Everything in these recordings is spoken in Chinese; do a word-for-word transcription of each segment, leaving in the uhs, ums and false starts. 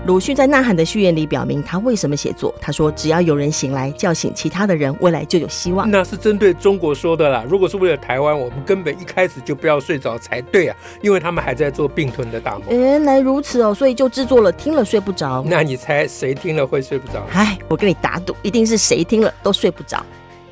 鲁迅在《呐喊》的序言里表明他为什么写作，他说只要有人醒来叫醒其他的人，未来就有希望。 那是针对中国说的啦，如果是为了台湾，我们根本一开始就不要睡着才对啊，因为他们还在做并吞的大梦。 原来如此哦，所以就制作了听了睡不着。 那你猜谁听了会睡不着？ 哎，我跟你打赌，一定是谁听了都睡不着。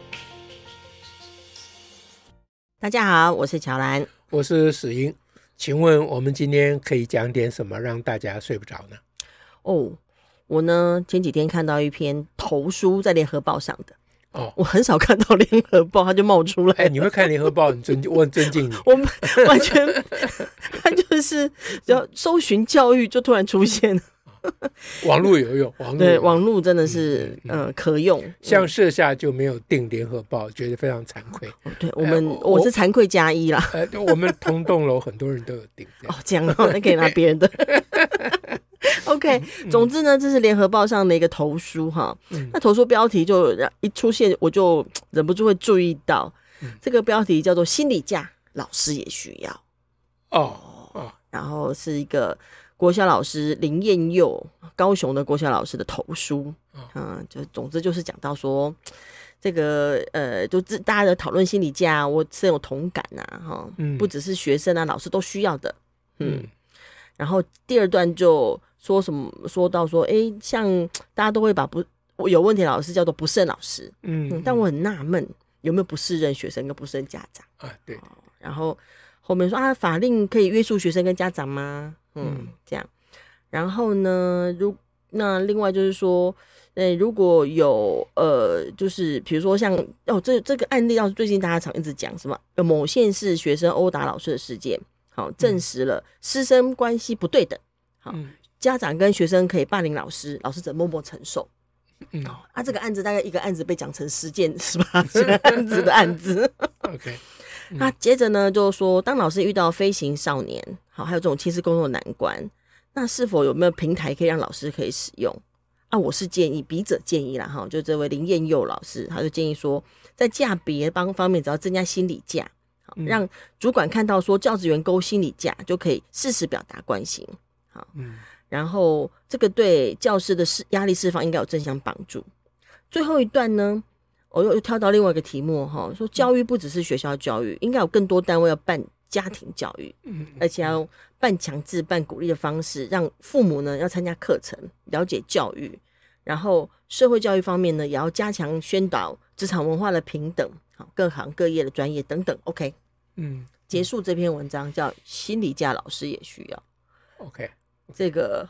大家好，我是乔兰， 我是史英，请问我们今天可以讲点什么让大家睡不着呢？ 哦，我呢前几天看到一篇投书在联合报上的。哦，我很少看到联合报它就冒出来。 哎，你会看联合报，你尊我很尊敬你。 我完全它就是只要搜寻教育就突然出现了。 网络有用，网络对网络真的是、嗯呃、可用。 像社下就没有订联合报，觉得非常惭愧。 对我们、呃、我, 我是惭愧加一啦。 呃，我们同栋楼很多人都有订。 哦，这样哦，那可以拿别人的。OK， 总之呢，这是联合报上的一个投书哈、嗯。那投书标题就一出现，我就忍不住会注意到，嗯、这个标题叫做"心理假，老师也需要"。哦哦，然后是一个国小老师林彦佑，高雄的国小老师的投书。嗯，就总之就是讲到说，这个呃，就大家的讨论心理假，我深有同感呐、啊，哈、嗯，不只是学生啊，老师都需要的。嗯，然后第二段就说什么，说到说，哎，像大家都会把不有问题的老师叫做不胜老师，嗯，嗯但我很纳闷，有没有不适任学生跟不适任家长啊？对、哦， 然后后面说啊，法令可以约束学生跟家长吗？嗯，嗯这样，然后呢，如那另外就是说，呃，如果有呃，就是比如说像哦，这这个案例，要是最近大家常一直讲什么，有某县市学生殴打老师的事件。好，证实了师生关系不对等。好、嗯，家长跟学生可以霸凌老师，老师则默默承受。嗯，哦、啊，这个案子大概一个案子被讲成十件是吧？这个案子的案子。 OK， 那、嗯、接着呢，就是说，当老师遇到飞行少年，好，还有这种亲师沟通的难关，那是否有没有平台可以让老师可以使用？啊，我是建议，笔者建议啦，哈，就这位林彦佑老师，他就建议说，在价别帮方面，只要增加心理价。让主管看到说教职员勾心理假，就可以适时表达关心。好，嗯，然后这个对教师的压力释放应该有正向帮助。最后一段呢，我又跳到另外一个题目哈，说教育不只是学校教育，应该有更多单位要办家庭教育，嗯，而且要办强制、办鼓励的方式，让父母呢要参加课程，了解教育，然后社会教育方面呢，也要加强宣导职场文化的平等。各行各业的专业等等 OK 嗯，结束这篇文章叫心理假老师也需要 OK 这个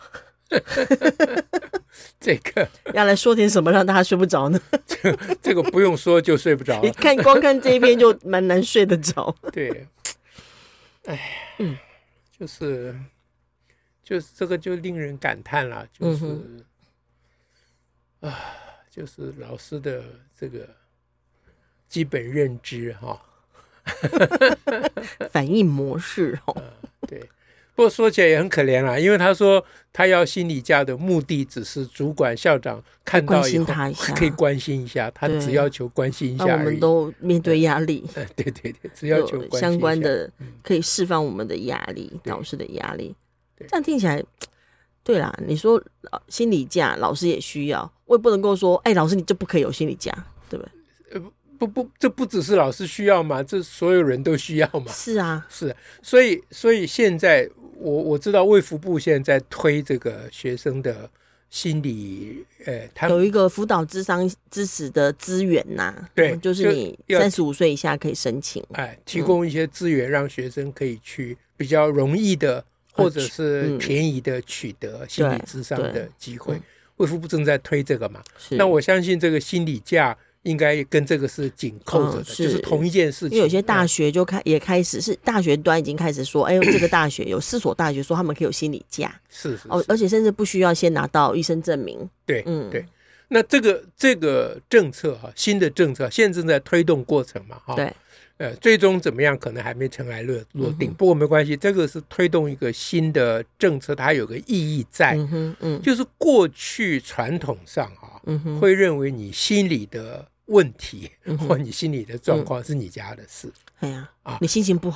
这个要来说点什么让大家睡不着呢？ 这, 这个不用说就睡不着了， 你看光看这一篇就蛮难睡得着。 对，哎，嗯，就是就是这个就令人感叹了，就是、嗯、啊，就是老师的这个基本认知哈， 反应模式哦、 呃，对。不过说起来也很可怜啦，因为他说他要心理假的目的只是主管校长看到以后可以关心一下，他只要求关心一下而已。 我们都面对压力， 呃、对对对，只要求关心一下相关的可以释放我们的压力，老师的压力。这样听起来，对啦，你说心理假老师也需要，我也不能够说，哎，老师你就不可以有心理假，对不对？ 不不，这不只是老师需要嘛，这所有人都需要嘛。 是啊， 是，所以所以现在我我知道卫福部现在在推这个学生的心理，呃，他有一个辅导諮商支持的资源呐、啊， 对， 就是你三十五岁以下可以申请， 哎，提供一些资源，让学生可以去比较容易的、嗯、或者是便宜的取得心理諮商的机会。卫福部正在推这个嘛，那我相信这个心理假应该跟这个是紧扣着的、嗯、是就是同一件事情。 因为有些大学就开也开始是大学端已经开始说，哎，这个大学有四所大学说他们可以有心理假， 是是是、 哦，而且甚至不需要先拿到医生证明。 对，嗯，对。那这个这个政策哈，新的政策现在正在推动过程嘛，哈， 对， 呃，最终怎么样可能还没尘埃落落定、嗯，不过没关系，这个是推动一个新的政策，它有个意义在，嗯哼嗯，就是过去传统上哈、啊嗯，会认为你心理的问题、嗯、或你心理的状况是你家的事， 哎呀、啊，你心情不好，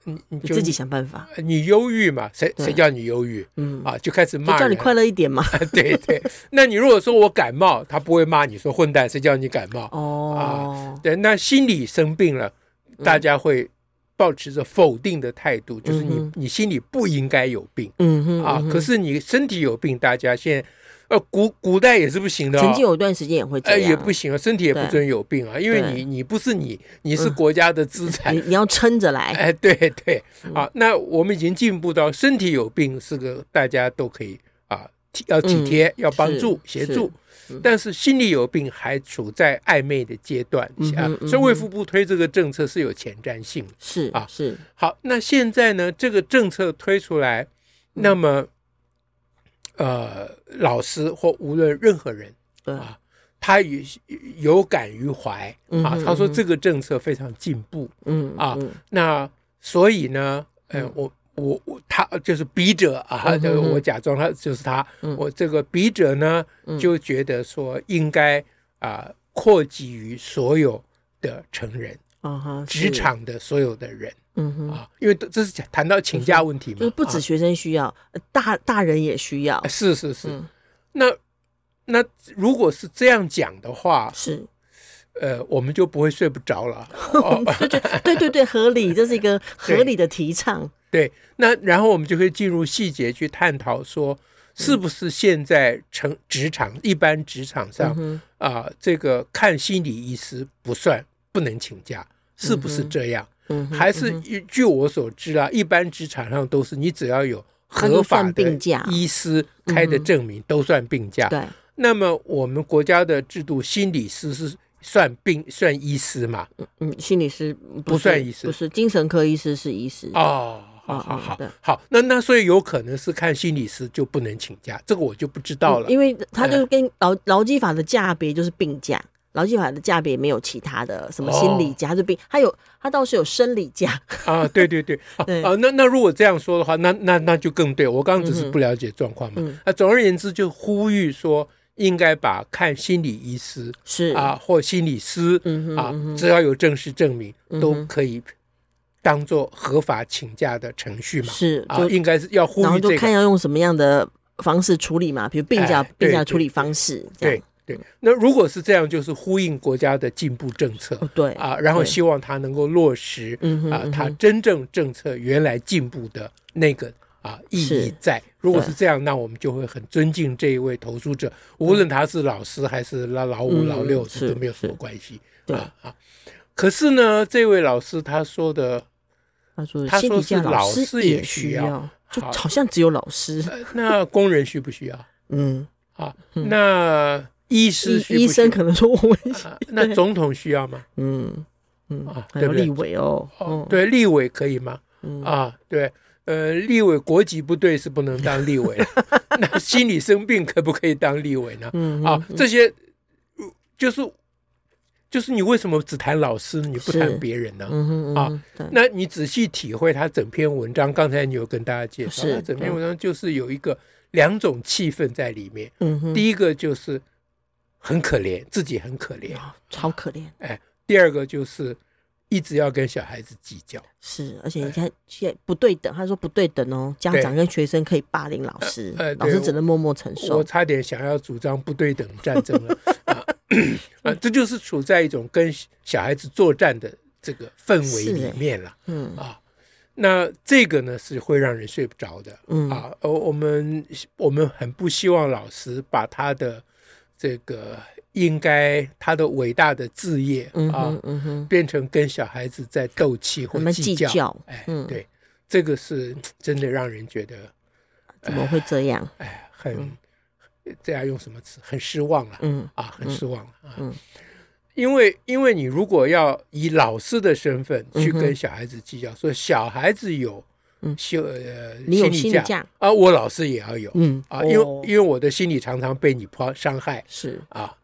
你你自己想办法。 你忧郁嘛？谁谁叫你忧郁？嗯啊，就开始骂人， 就叫你快乐一点嘛。 对对，那你如果说我感冒，他不会骂你说混蛋，谁叫你感冒？ 哦啊，对，那心理生病了，大家会抱持着否定的态度，就是你、嗯、你心里不应该有病， 嗯哼啊、 嗯哼， 可是你身体有病，大家现在呃古古代也是不行的、哦， 曾经有一段时间也会这样， 呃、也不行啊，身体也不准有病啊，因为你你不是你，你是国家的资产， 嗯、你, 你要撑着来， 哎、呃，对对，啊，那我们已经进步到身体有病是个大家都可以啊，要体贴，嗯、要帮助协助。但是心理有病还处在暧昧的阶段、嗯啊、所以卫福部推这个政策是有前瞻性的， 是啊，是好。那现在呢，这个政策推出来，那么呃，老师或无论任何人啊，他有感于怀啊，他说这个政策非常进步，嗯啊，那所以呢，呃，我。我我他就是笔者啊，嗯、哼哼我假装他就是他，嗯、我这个笔者呢、嗯、就觉得说应该啊、呃、扩及于所有的成人， 嗯、 职场的所有的人，嗯啊，因为这是谈到请假问题嘛， 就是不止学生需要，啊、大大人也需要， 是是是，嗯、那那如果是这样讲的话， 是。 呃，我们就不会睡不着了。 对对对，合理，这是一个合理的提倡。 对，那然后我们就可以进入细节去探讨说，是不是现在成职场一般职场上啊、嗯呃，这个看心理医师不算不能请假，是不是这样？嗯、还是据我所知啊，一般职场上都是你只要有合法的医师开的证明都算病假。 对， 那么我们国家的制度，心理师是。算病算医师嘛？ 嗯，心理师 不, 不算医师， 不是精神科医师是医师哦。好好好，嗯、好，那那所以有可能是看心理师就不能请假，这个我就不知道了， 嗯、因为他就跟劳劳基法的价别就是病假，劳基法的价别没有其他的什么心理假，哦、就病，他有他倒是有生理假啊，对对对，对啊，那那如果这样说的话，那那那就更对，我刚刚只是不了解状况嘛，嗯、啊，总而言之就呼吁说。应该把看心理医师是啊或心理师、嗯、啊，嗯、只要有正式证明，嗯、都可以当做合法请假的程序嘛。 是啊，应该是要呼吁、这个， 然后就看要用什么样的方式处理嘛，比如病假、哎、病假处理方式。 对 对, 对，那如果是这样，就是呼应国家的进步政策。 哦、对啊，然后希望它能够落实啊，它真正政策原来进步的那个。啊，意义在。如果是这样，那我们就会很尊敬这一位投诉者，无论他是老师还是老老五、老六，这都没有什么关系。对啊啊。可是呢，这位老师他说的， 他说他说是老师也需要， 就好像只有老师。 那工人需不需要？ 嗯啊，那医师需不需要？ 医生可能说我们那总统需要吗？ 嗯嗯啊，还有立委哦， 哦，对，立委可以吗？啊，对。呃，立委国籍不对是不能当立委的，那心理生病可不可以当立委呢？嗯啊，这些就是就是你为什么只谈老师，你不谈别人呢？嗯嗯啊，那你仔细体会他整篇文章，刚才你有跟大家介绍，他整篇文章就是有一个两种气氛在里面。嗯，第一个就是很可怜，自己很可怜， 超可怜。 哎，第二个就是。一直要跟小孩子计较， 是，而且你看现在不对等，他说不对等哦，家长跟学生可以霸凌老师，呃、老师只能默默承受。 我差点想要主张不对等战争了啊啊！这就是处在一种跟小孩子作战的这个氛围里面了，嗯啊，那这个呢是会让人睡不着的，嗯啊，我们我们很不希望老师把他的这个。应该他的伟大的志业、嗯啊嗯、哼变成跟小孩子在斗气或计较， 计较哎，嗯、对，这个是真的让人觉得怎么会这样？ 哎，很、嗯、这样用什么词？很失望啊，嗯啊，很失望啊，嗯，因为因为你如果要以老师的身份去跟小孩子计较，说、嗯、小孩子有。嗯，修呃， 你有心理假啊，我老师也要有， 嗯啊，因为、哦、因为我的心理常常被你伤害， 是啊。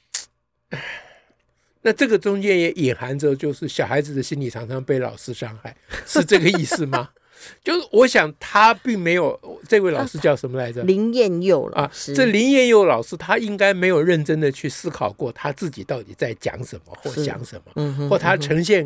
那这个中间也隐含着，就是小孩子的心理常常被老师伤害，是这个意思吗？就是我想他并没有，这位老师叫什么来着？ 林彦佑老师。 啊，这林彦佑老师他应该没有认真的去思考过他自己到底在讲什么或想什么，嗯、或他呈现给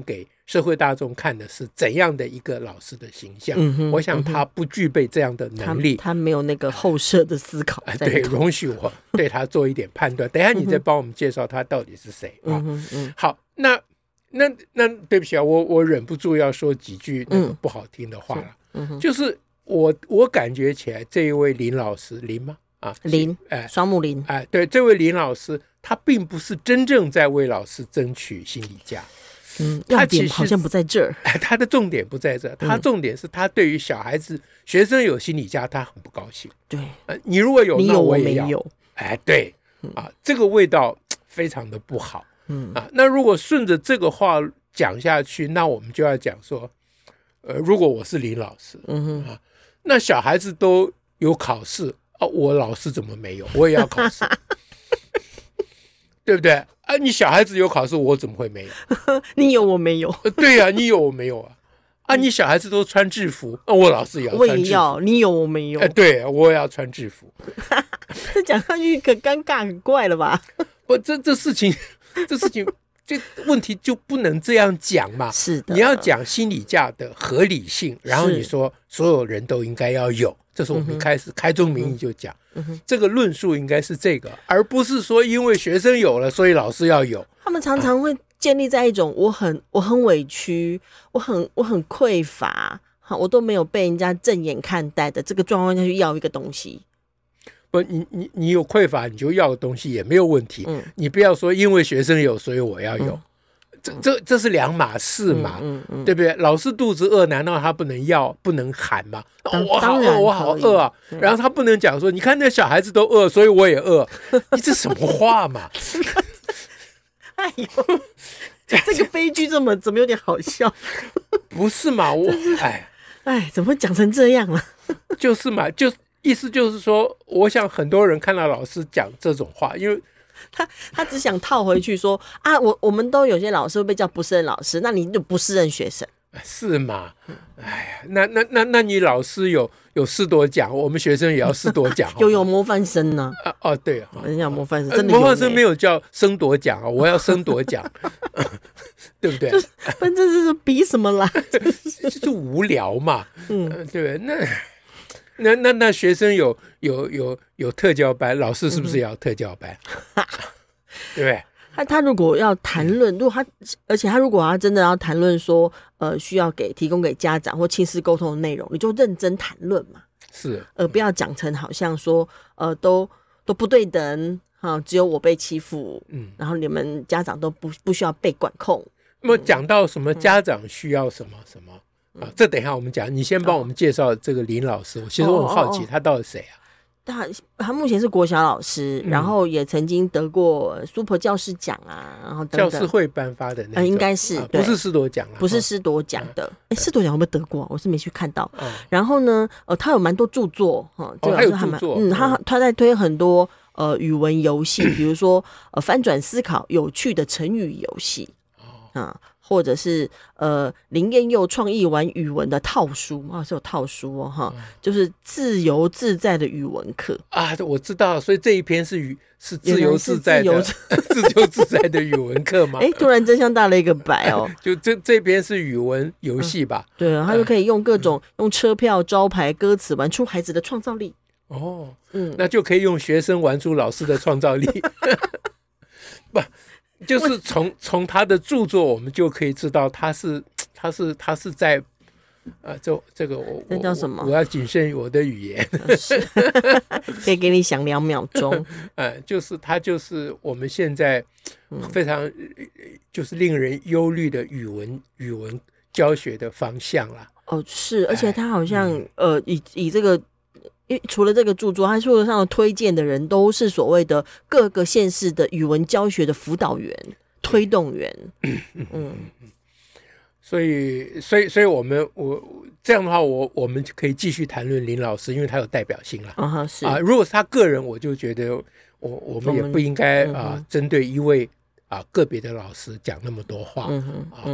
社会大众看的是怎样的一个老师的形象。 嗯、 我想他不具备这样的能力， 他, 他没有那个后设的思考在、 呃、对，容许我对他做一点判断。等一下你再帮我们介绍他到底是谁啊、 嗯嗯？ 好，那那那对不起啊，我我忍不住要说几句那个不好听的话了。 嗯嗯、 就是我我感觉起来这一位林老师，林吗？啊， 林，哎，双木林， 哎，对，这位林老师，他并不是真正在为老师争取心理价， 嗯，要点好像不在这儿， 他的重点不在这儿，他重点是他对于小孩子、嗯、学生有心理价，他很不高兴。 对， 呃，你如果有， 你有那我也要， 我没有， 哎，对，啊，这个味道非常的不好， 嗯啊，那如果顺着这个话讲下去，那我们就要讲说，呃，如果我是林老师， 嗯哼， 啊，那小孩子都有考试。哦，我老师怎么没有？我也要考试，对不对？啊，你小孩子有考试，我怎么会没有？ 你有我没有？ 对呀、啊，你有我没有啊？啊，你小孩子都穿制服，啊，我老师也要穿制服。 我也要，你有我没有？ 哎，对，我也要穿制服。 这讲上去可尴尬，很怪了吧？ 我这这事情，这事情。这问题就不能这样讲嘛？ 是的， 你要讲心理价的合理性，然后你说所有人都应该要有，这是我们开始、嗯、开宗明义就讲、嗯，这个论述应该是这个，而不是说因为学生有了，所以老师要有。 他们常常会建立在一种我很我很委屈，我很我很匮乏，我都没有被人家正眼看待的这个状况下去要一个东西。 不，你你你有匮乏，你就要的东西也没有问题。嗯，你不要说因为学生有，所以我要有，嗯、这这这是两码事嘛， 嗯嗯嗯、对不对？老师肚子饿，难道他不能要，不能喊吗？我好饿，我好饿啊！然后他不能讲说，你看那小孩子都饿，所以我也饿。你这什么话嘛？ 哎呦，这个悲剧这么怎么有点好笑？ 不是嘛？我哎哎，怎么会讲成这样啊？ 就是嘛，就。意思就是说，我想很多人看到老师讲这种话，因为他他只想套回去说啊，我我们都有些老师会被叫不是任老师，那你就不是任学生， 是嘛？哎呀，那那那那你老师有有士多奖，我们学生也要士多奖， 有有模范生呢、 啊？哦，对， 人家模范生真的有、欸， 模范生没有叫生夺奖啊，我要生夺奖，对不对？ 就是，反正这是比什么啦？ 就是无聊嘛，嗯，呃、对，那。那那那学生有有有有特教班，老师是不是也要特教班？嗯、对不对？ 他他如果要谈论，如果他而且他如果他真的要谈论说，呃，需要给提供给家长或亲师沟通的内容，你就认真谈论嘛。 是， 呃，不要讲成好像说，呃，都都不对等，哈、啊，只有我被欺负，嗯，然后你们家长都不不需要被管控。 那么讲到什么家长需要什么什么。啊，这等一下我们讲，你先帮我们介绍这个林老师。其实我很好奇，他到底谁啊？ 他他目前是国小老师，嗯、然后也曾经得过 Super 教师奖啊，然后等等教师会颁发的那种， 呃、应该是、 啊、不是师铎奖了， 不是师铎奖的。哎、哦，师铎奖有没有得过、啊？我是没去看到。 嗯、 然后呢，呃，他有蛮多著作哈，这个老师还蛮、 哦、嗯，他他在推很多呃语文游戏，比如说呃翻转思考有趣的成语游戏啊。或者是呃林彦佑创意玩语文的套书啊，是有套书哦哈，就是自由自在的语文课啊，我知道，所以这一篇是语是自由自在的自由自在的语文课吗？ 哎，突然真相大了一个白哦， 就这这边是语文游戏吧？ 嗯、对啊，他就可以用各种、嗯、用车票、招牌、歌词玩出孩子的创造力哦，嗯，那就可以用学生玩出老师的创造力，不。就是从从他的著作，我们就可以知道他是他是他是在，呃，这这个我那叫什么？ 我要谨慎我的语言， 可以给你想两秒钟。 呃，就是他就是我们现在非常、嗯、就是令人忧虑的语文语文教学的方向啦。 哦，是，而且他好像、嗯、呃以以这个。因为除了这个著作，他书上的推荐的人都是所谓的各个县市的语文教学的辅导员、推动员。嗯嗯， 所以，所以，所以我们我这样的话，我我们可以继续谈论林老师，因为他有代表性了。 啊，是啊，如果是他个人，我就觉得我我们也不应该啊，针对一位啊个别的老师讲那么多话。 嗯嗯。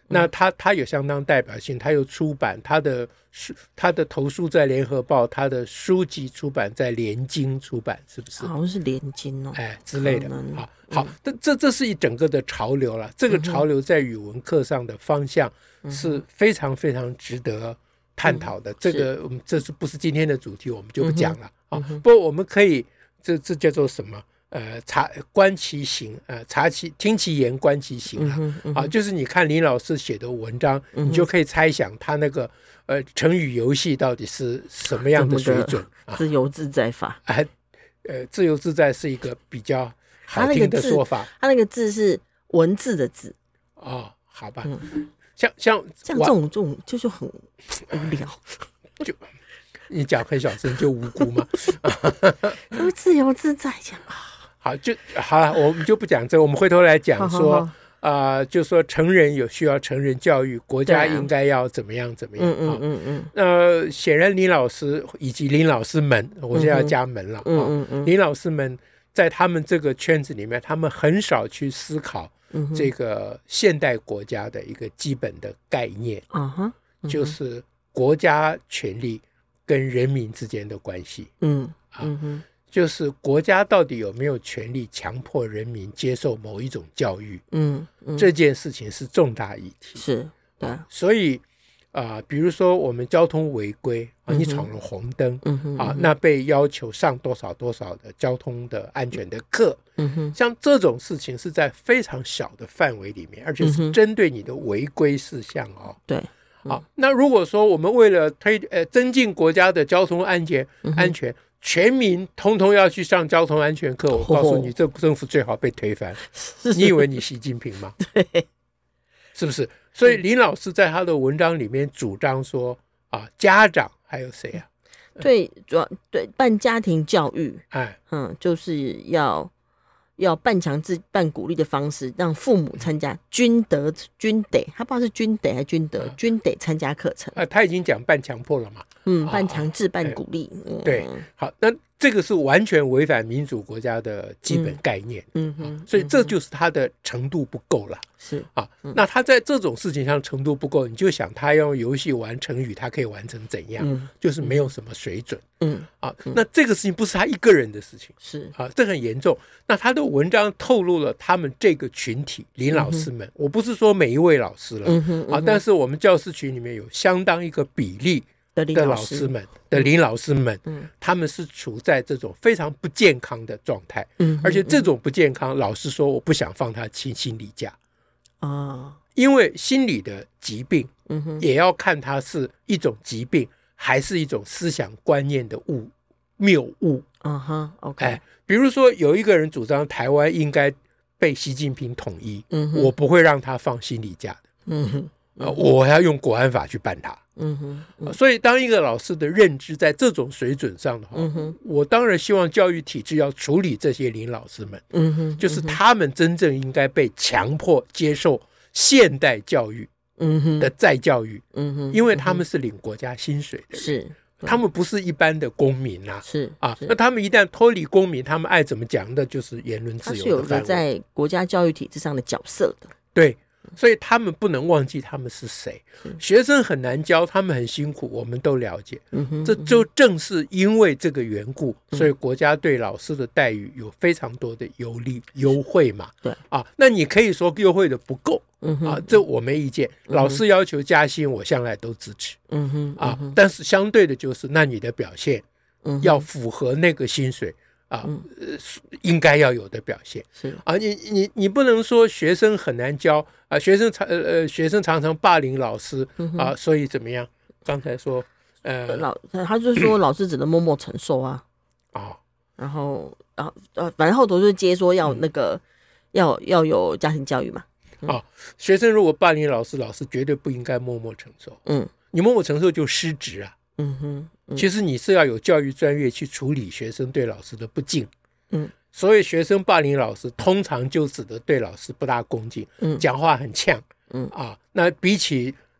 那他他有相当代表性，他有出版，他的他的投书在联合报，他的书籍出版在联经出版，是不是？ 好像是联经哦， 哎之类的。好，好，这这这是一整个的潮流了。这个潮流在语文课上的方向是非常非常值得探讨的。嗯、这个我们这是不是今天的主题，我们就不讲了啊。不过我们可以，这这叫做什么？呃，察观其行，呃，察其听其言，观其行啊，嗯嗯、啊，就是你看林老师写的文章，嗯、你就可以猜想他那个呃成语游戏到底是什么样的水准啊？ 自由自在法， 啊，呃，自由自在是一个比较好听的说法。 他那个字是文字的字哦，好吧，嗯、像像像这种这种就是很无聊， 就你讲很小声就无辜嘛， 都自由自在讲啊。 好，就好了，我们就不讲这个，我们回头来讲说，啊、呃，就说成人有需要成人教育，国家应该要怎么样怎么样。嗯嗯嗯嗯。呃，显然林老师以及林老师们，我现在要加门了。嗯嗯嗯。林老师们在他们这个圈子里面，他们很少去思考这个现代国家的一个基本的概念。嗯哼。就是国家权力跟人民之间的关系。嗯嗯哼。就是国家到底有没有权利强迫人民接受某一种教育，嗯，嗯这件事情是重大议题， 是，对， 所以啊、呃，比如说我们交通违规啊，你闯了红灯，嗯哼啊，那被要求上多少多少的交通的安全的课，嗯哼，像这种事情是在非常小的范围里面，而且是针对你的违规事项哦， 对。 好，那如果说我们为了推呃增进国家的交通安全、嗯、安全，全民通通要去上交通安全课，我告诉你，这政府最好被推翻。你以为你习近平吗？ 对， 是不是？所以林老师在他的文章里面主张说啊，家长还有谁啊？ 对，主要对办家庭教育，哎，嗯，就是要。要半强制半鼓励的方式让父母参加，均得均得，他不知道是均得还是均得、嗯、均得参加课程、 啊、他已经讲半强迫了嘛， 嗯，半强制半鼓励、 哎嗯、对，好，那这个是完全违反民主国家的基本概念，嗯嗯、啊，所以这就是他的程度不够了， 是啊、嗯，那他在这种事情上程度不够，你就想他用游戏玩成语他可以玩成怎样、嗯、就是没有什么水准，嗯啊，那这个事情不是他一个人的事情， 是啊，这很严重。那他的文章透露了他们这个群体林老师们、嗯、我不是说每一位老师了、嗯嗯、啊，但是我们教师群里面有相当一个比例的老师们的林老师们、嗯、他们是处在这种非常不健康的状态、嗯、而且这种不健康老师说我不想放他请心理假啊，因为心理的疾病、嗯、也要看它是一种疾病还是一种思想观念的误谬误。 嗯哼 OK， 哎，比如说有一个人主张台湾应该被习近平统一、嗯、我不会让他放心理假的，嗯哼，呃、我要用国安法去办他，嗯哼、嗯、所以当一个老师的认知在这种水准上的话、嗯哼，我当然希望教育体制要处理这些林老师们，嗯哼，就是他们真正应该被强迫接受现代教育的再教育，嗯哼，因为他们是领国家薪水的人， 是他们不是一般的公民啊， 是啊，那他们一旦脱离公民，他们爱怎么讲的就是言论自由的范围， 他是有个在国家教育体制上的角色的， 对，所以他们不能忘记他们是谁。学生很难教，他们很辛苦，我们都了解、嗯、这就正是因为这个缘故、嗯、所以国家对老师的待遇有非常多的优利优惠嘛， 对啊，那你可以说优惠的不够、嗯、啊，这我没意见、嗯、老师要求加薪我向来都支持、嗯哼啊嗯哼，但是相对的就是那你的表现要符合那个薪水啊、嗯呃，应该要有的表现是啊，你你你不能说学生很难教啊，学生常呃学生常常霸凌老师、嗯、啊，所以怎么样？刚才说呃， 老他就是说老师只能默默承受啊啊、哦， 然后然后呃，反正后头就接说要那个、嗯、要要有家庭教育嘛， 啊、嗯哦，学生如果霸凌老师，老师绝对不应该默默承受，嗯，你默默承受就失职啊。嗯哼，嗯，其实你是要有教育专业去处理学生对老师的不敬，嗯，所以学生霸凌老师通常就指的对老师不大恭敬，嗯，讲话很呛，嗯啊，那比起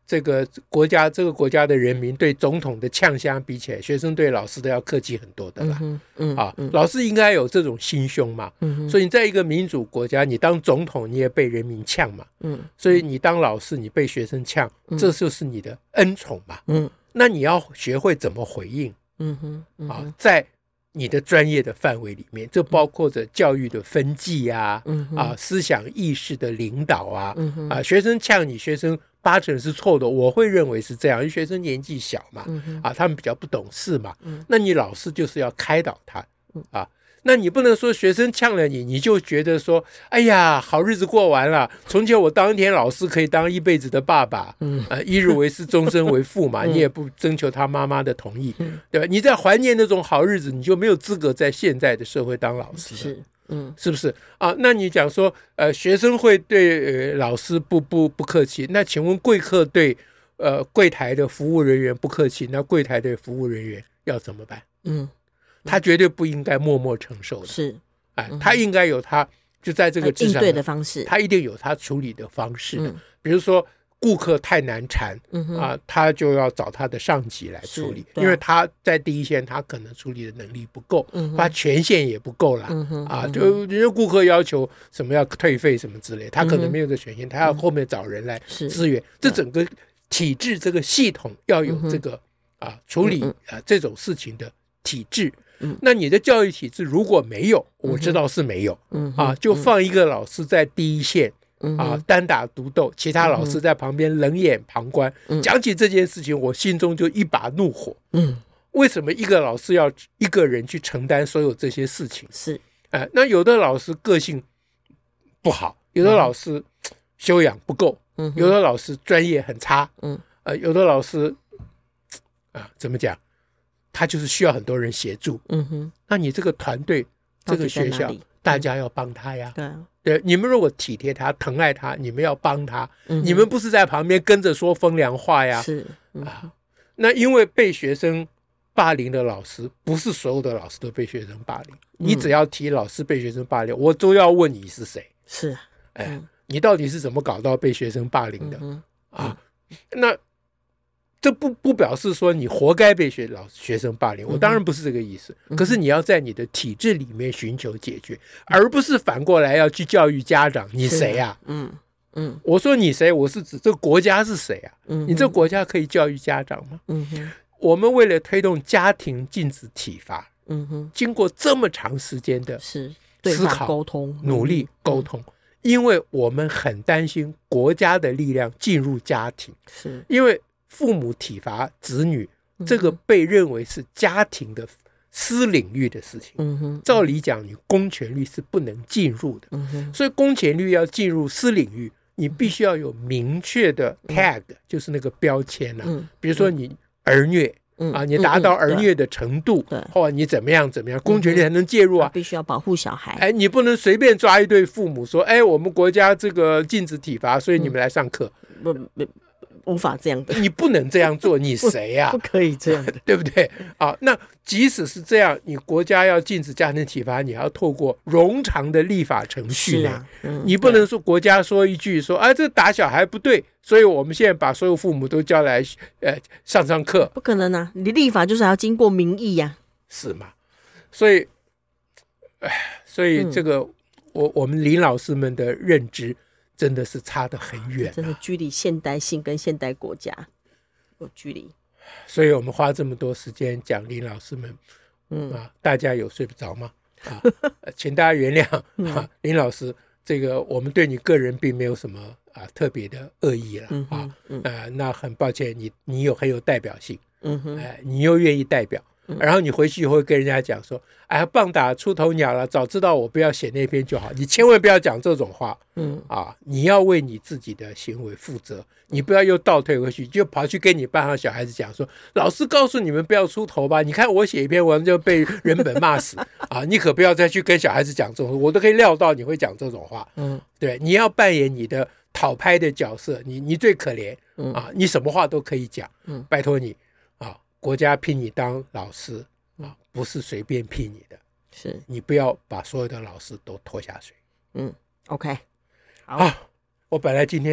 这个国家这个国家的人民对总统的呛相比起来，学生对老师都要客气很多的啦。嗯嗯啊，嗯老师应该有这种心胸嘛。嗯，所以你在一个民主国家，你当总统你也被人民呛嘛。嗯，所以你当老师你被学生呛，嗯、这就是你的恩宠嘛。嗯，那你要学会怎么回应。嗯哼，嗯哼啊，在你的专业的范围里面，这包括着教育的分际啊，嗯、啊，思想意识的领导啊，嗯、啊，学生呛你，学生八成是错的，我会认为是这样，因为学生年纪小嘛，嗯、啊，他们比较不懂事嘛，嗯、那你老师就是要开导他啊。那你不能说学生呛了你，你就觉得说，哎呀，好日子过完了。从前我当一天老师可以当一辈子的爸爸，嗯，呃，一日为师，终身为父嘛，嗯、你也不征求他妈妈的同意，嗯、对吧？你在怀念那种好日子，你就没有资格在现在的社会当老师，是，嗯，是不是啊？那你讲说，呃，学生会对、呃、老师不不不客气，那请问贵客对呃柜台的服务人员不客气，那柜台的服务人员要怎么办？嗯。他绝对不应该默默承受的，是，哎，他应该有他就在这个职场应对的方式， 他一定有他处理的方式的。嗯、比如说顾客太难缠、嗯、啊，他就要找他的上级来处理，因为他在第一线，他可能处理的能力不够，嗯、他权限也不够啦、嗯、啊，就人家顾客要求什么要退费什么之类，他可能没有这权限，他要后面找人来支援。这整个体制这个系统要有这个、嗯、啊处理啊这种事情的体制。嗯、那你的教育体制如果没有，我知道是没有、嗯、啊，就放一个老师在第一线、嗯、啊，单打独斗，其他老师在旁边冷眼旁观、嗯、讲起这件事情我心中就一把怒火。嗯，为什么一个老师要一个人去承担所有这些事情？是、呃、那有的老师个性不好，有的老师修养不够、嗯、有的老师专业很差、嗯呃、有的老师啊怎么讲，他就是需要很多人协助，嗯哼，那你这个团队这个学校大家要帮他呀，对、嗯、对，你们如果体贴他疼爱他，你们要帮他、嗯、你们不是在旁边跟着说风凉话呀，是、嗯啊、那因为被学生霸凌的老师不是所有的老师都被学生霸凌、嗯、你只要提老师被学生霸凌，我都要问你是谁，是、哎嗯、你到底是怎么搞到被学生霸凌的、嗯、啊、嗯、那这不不表示说你活该被学老学生霸凌，我当然不是这个意思、嗯、可是你要在你的体制里面寻求解决、嗯、而不是反过来要去教育家长，你谁啊？嗯嗯，我说你谁，我是指这个国家是谁啊？嗯，你这个国家可以教育家长吗？嗯哼，我们为了推动家庭禁止体罚，嗯哼，经过这么长时间的是思考、沟通、努力沟通、嗯，因为我们很担心国家的力量进入家庭，是因为父母体罚子女，这个被认为是家庭的私领域的事情、嗯、照理讲你公权力是不能进入的、嗯、所以公权力要进入私领域，你必须要有明确的 tag、嗯、就是那个标签啊、嗯、比如说你儿虐、嗯、啊，你达到儿虐的程度、嗯、或者你怎么样怎么样，公权力才能介入啊， 必须要保护小孩， 哎，你不能随便抓一对父母说，哎，我们国家这个禁止体罚，所以你们来上课、 嗯、不不无法这样的， 你不能这样做，你谁呀、啊？ 不可以这样的， 对不对啊？那即使是这样，你国家要禁止家庭体罚，你要透过冗长的立法程序呢、啊嗯、你不能说国家说一句说啊，这打小孩不对，所以我们现在把所有父母都叫来呃上上课， 不可能啊！你立法就是要经过民意呀、啊， 是吗？所以，所以这个、嗯、我我们林老师们的认知。真的是差得很远、啊、 真的距离现代性跟现代国家有距离， 所以我们花这么多时间讲林老师们、嗯啊、大家有睡不着吗、啊、请大家原谅、啊嗯、林老师这个我们对你个人并没有什么、啊、特别的恶意了、嗯啊嗯呃、那很抱歉你你有很有代表性、嗯呃、你又愿意代表，然后你回去以后会跟人家讲说，哎，棒打出头鸟了，早知道我不要写那篇就好，你千万不要讲这种话，嗯啊，你要为你自己的行为负责，你不要又倒退回去，就跑去跟你班上小孩子讲说，老师告诉你们不要出头吧，你看我写一篇文就被人本骂死啊，你可不要再去跟小孩子讲这种，我都可以料到你会讲这种话，嗯，对，你要扮演你的讨拍的角色，你你最可怜啊，你什么话都可以讲，嗯，拜托你。国家聘你当老师、啊、不是随便聘你的，是你不要把所有的老师都拖下水。 嗯 OK 好、 啊、我本来今天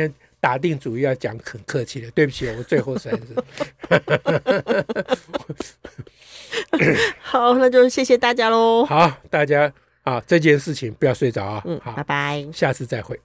打定主意要讲很客气的，对不起，我最后三次。 好，那就谢谢大家喽。 好，大家啊，这件事情不要睡着啊。 嗯， 好， 拜拜， 下次再会。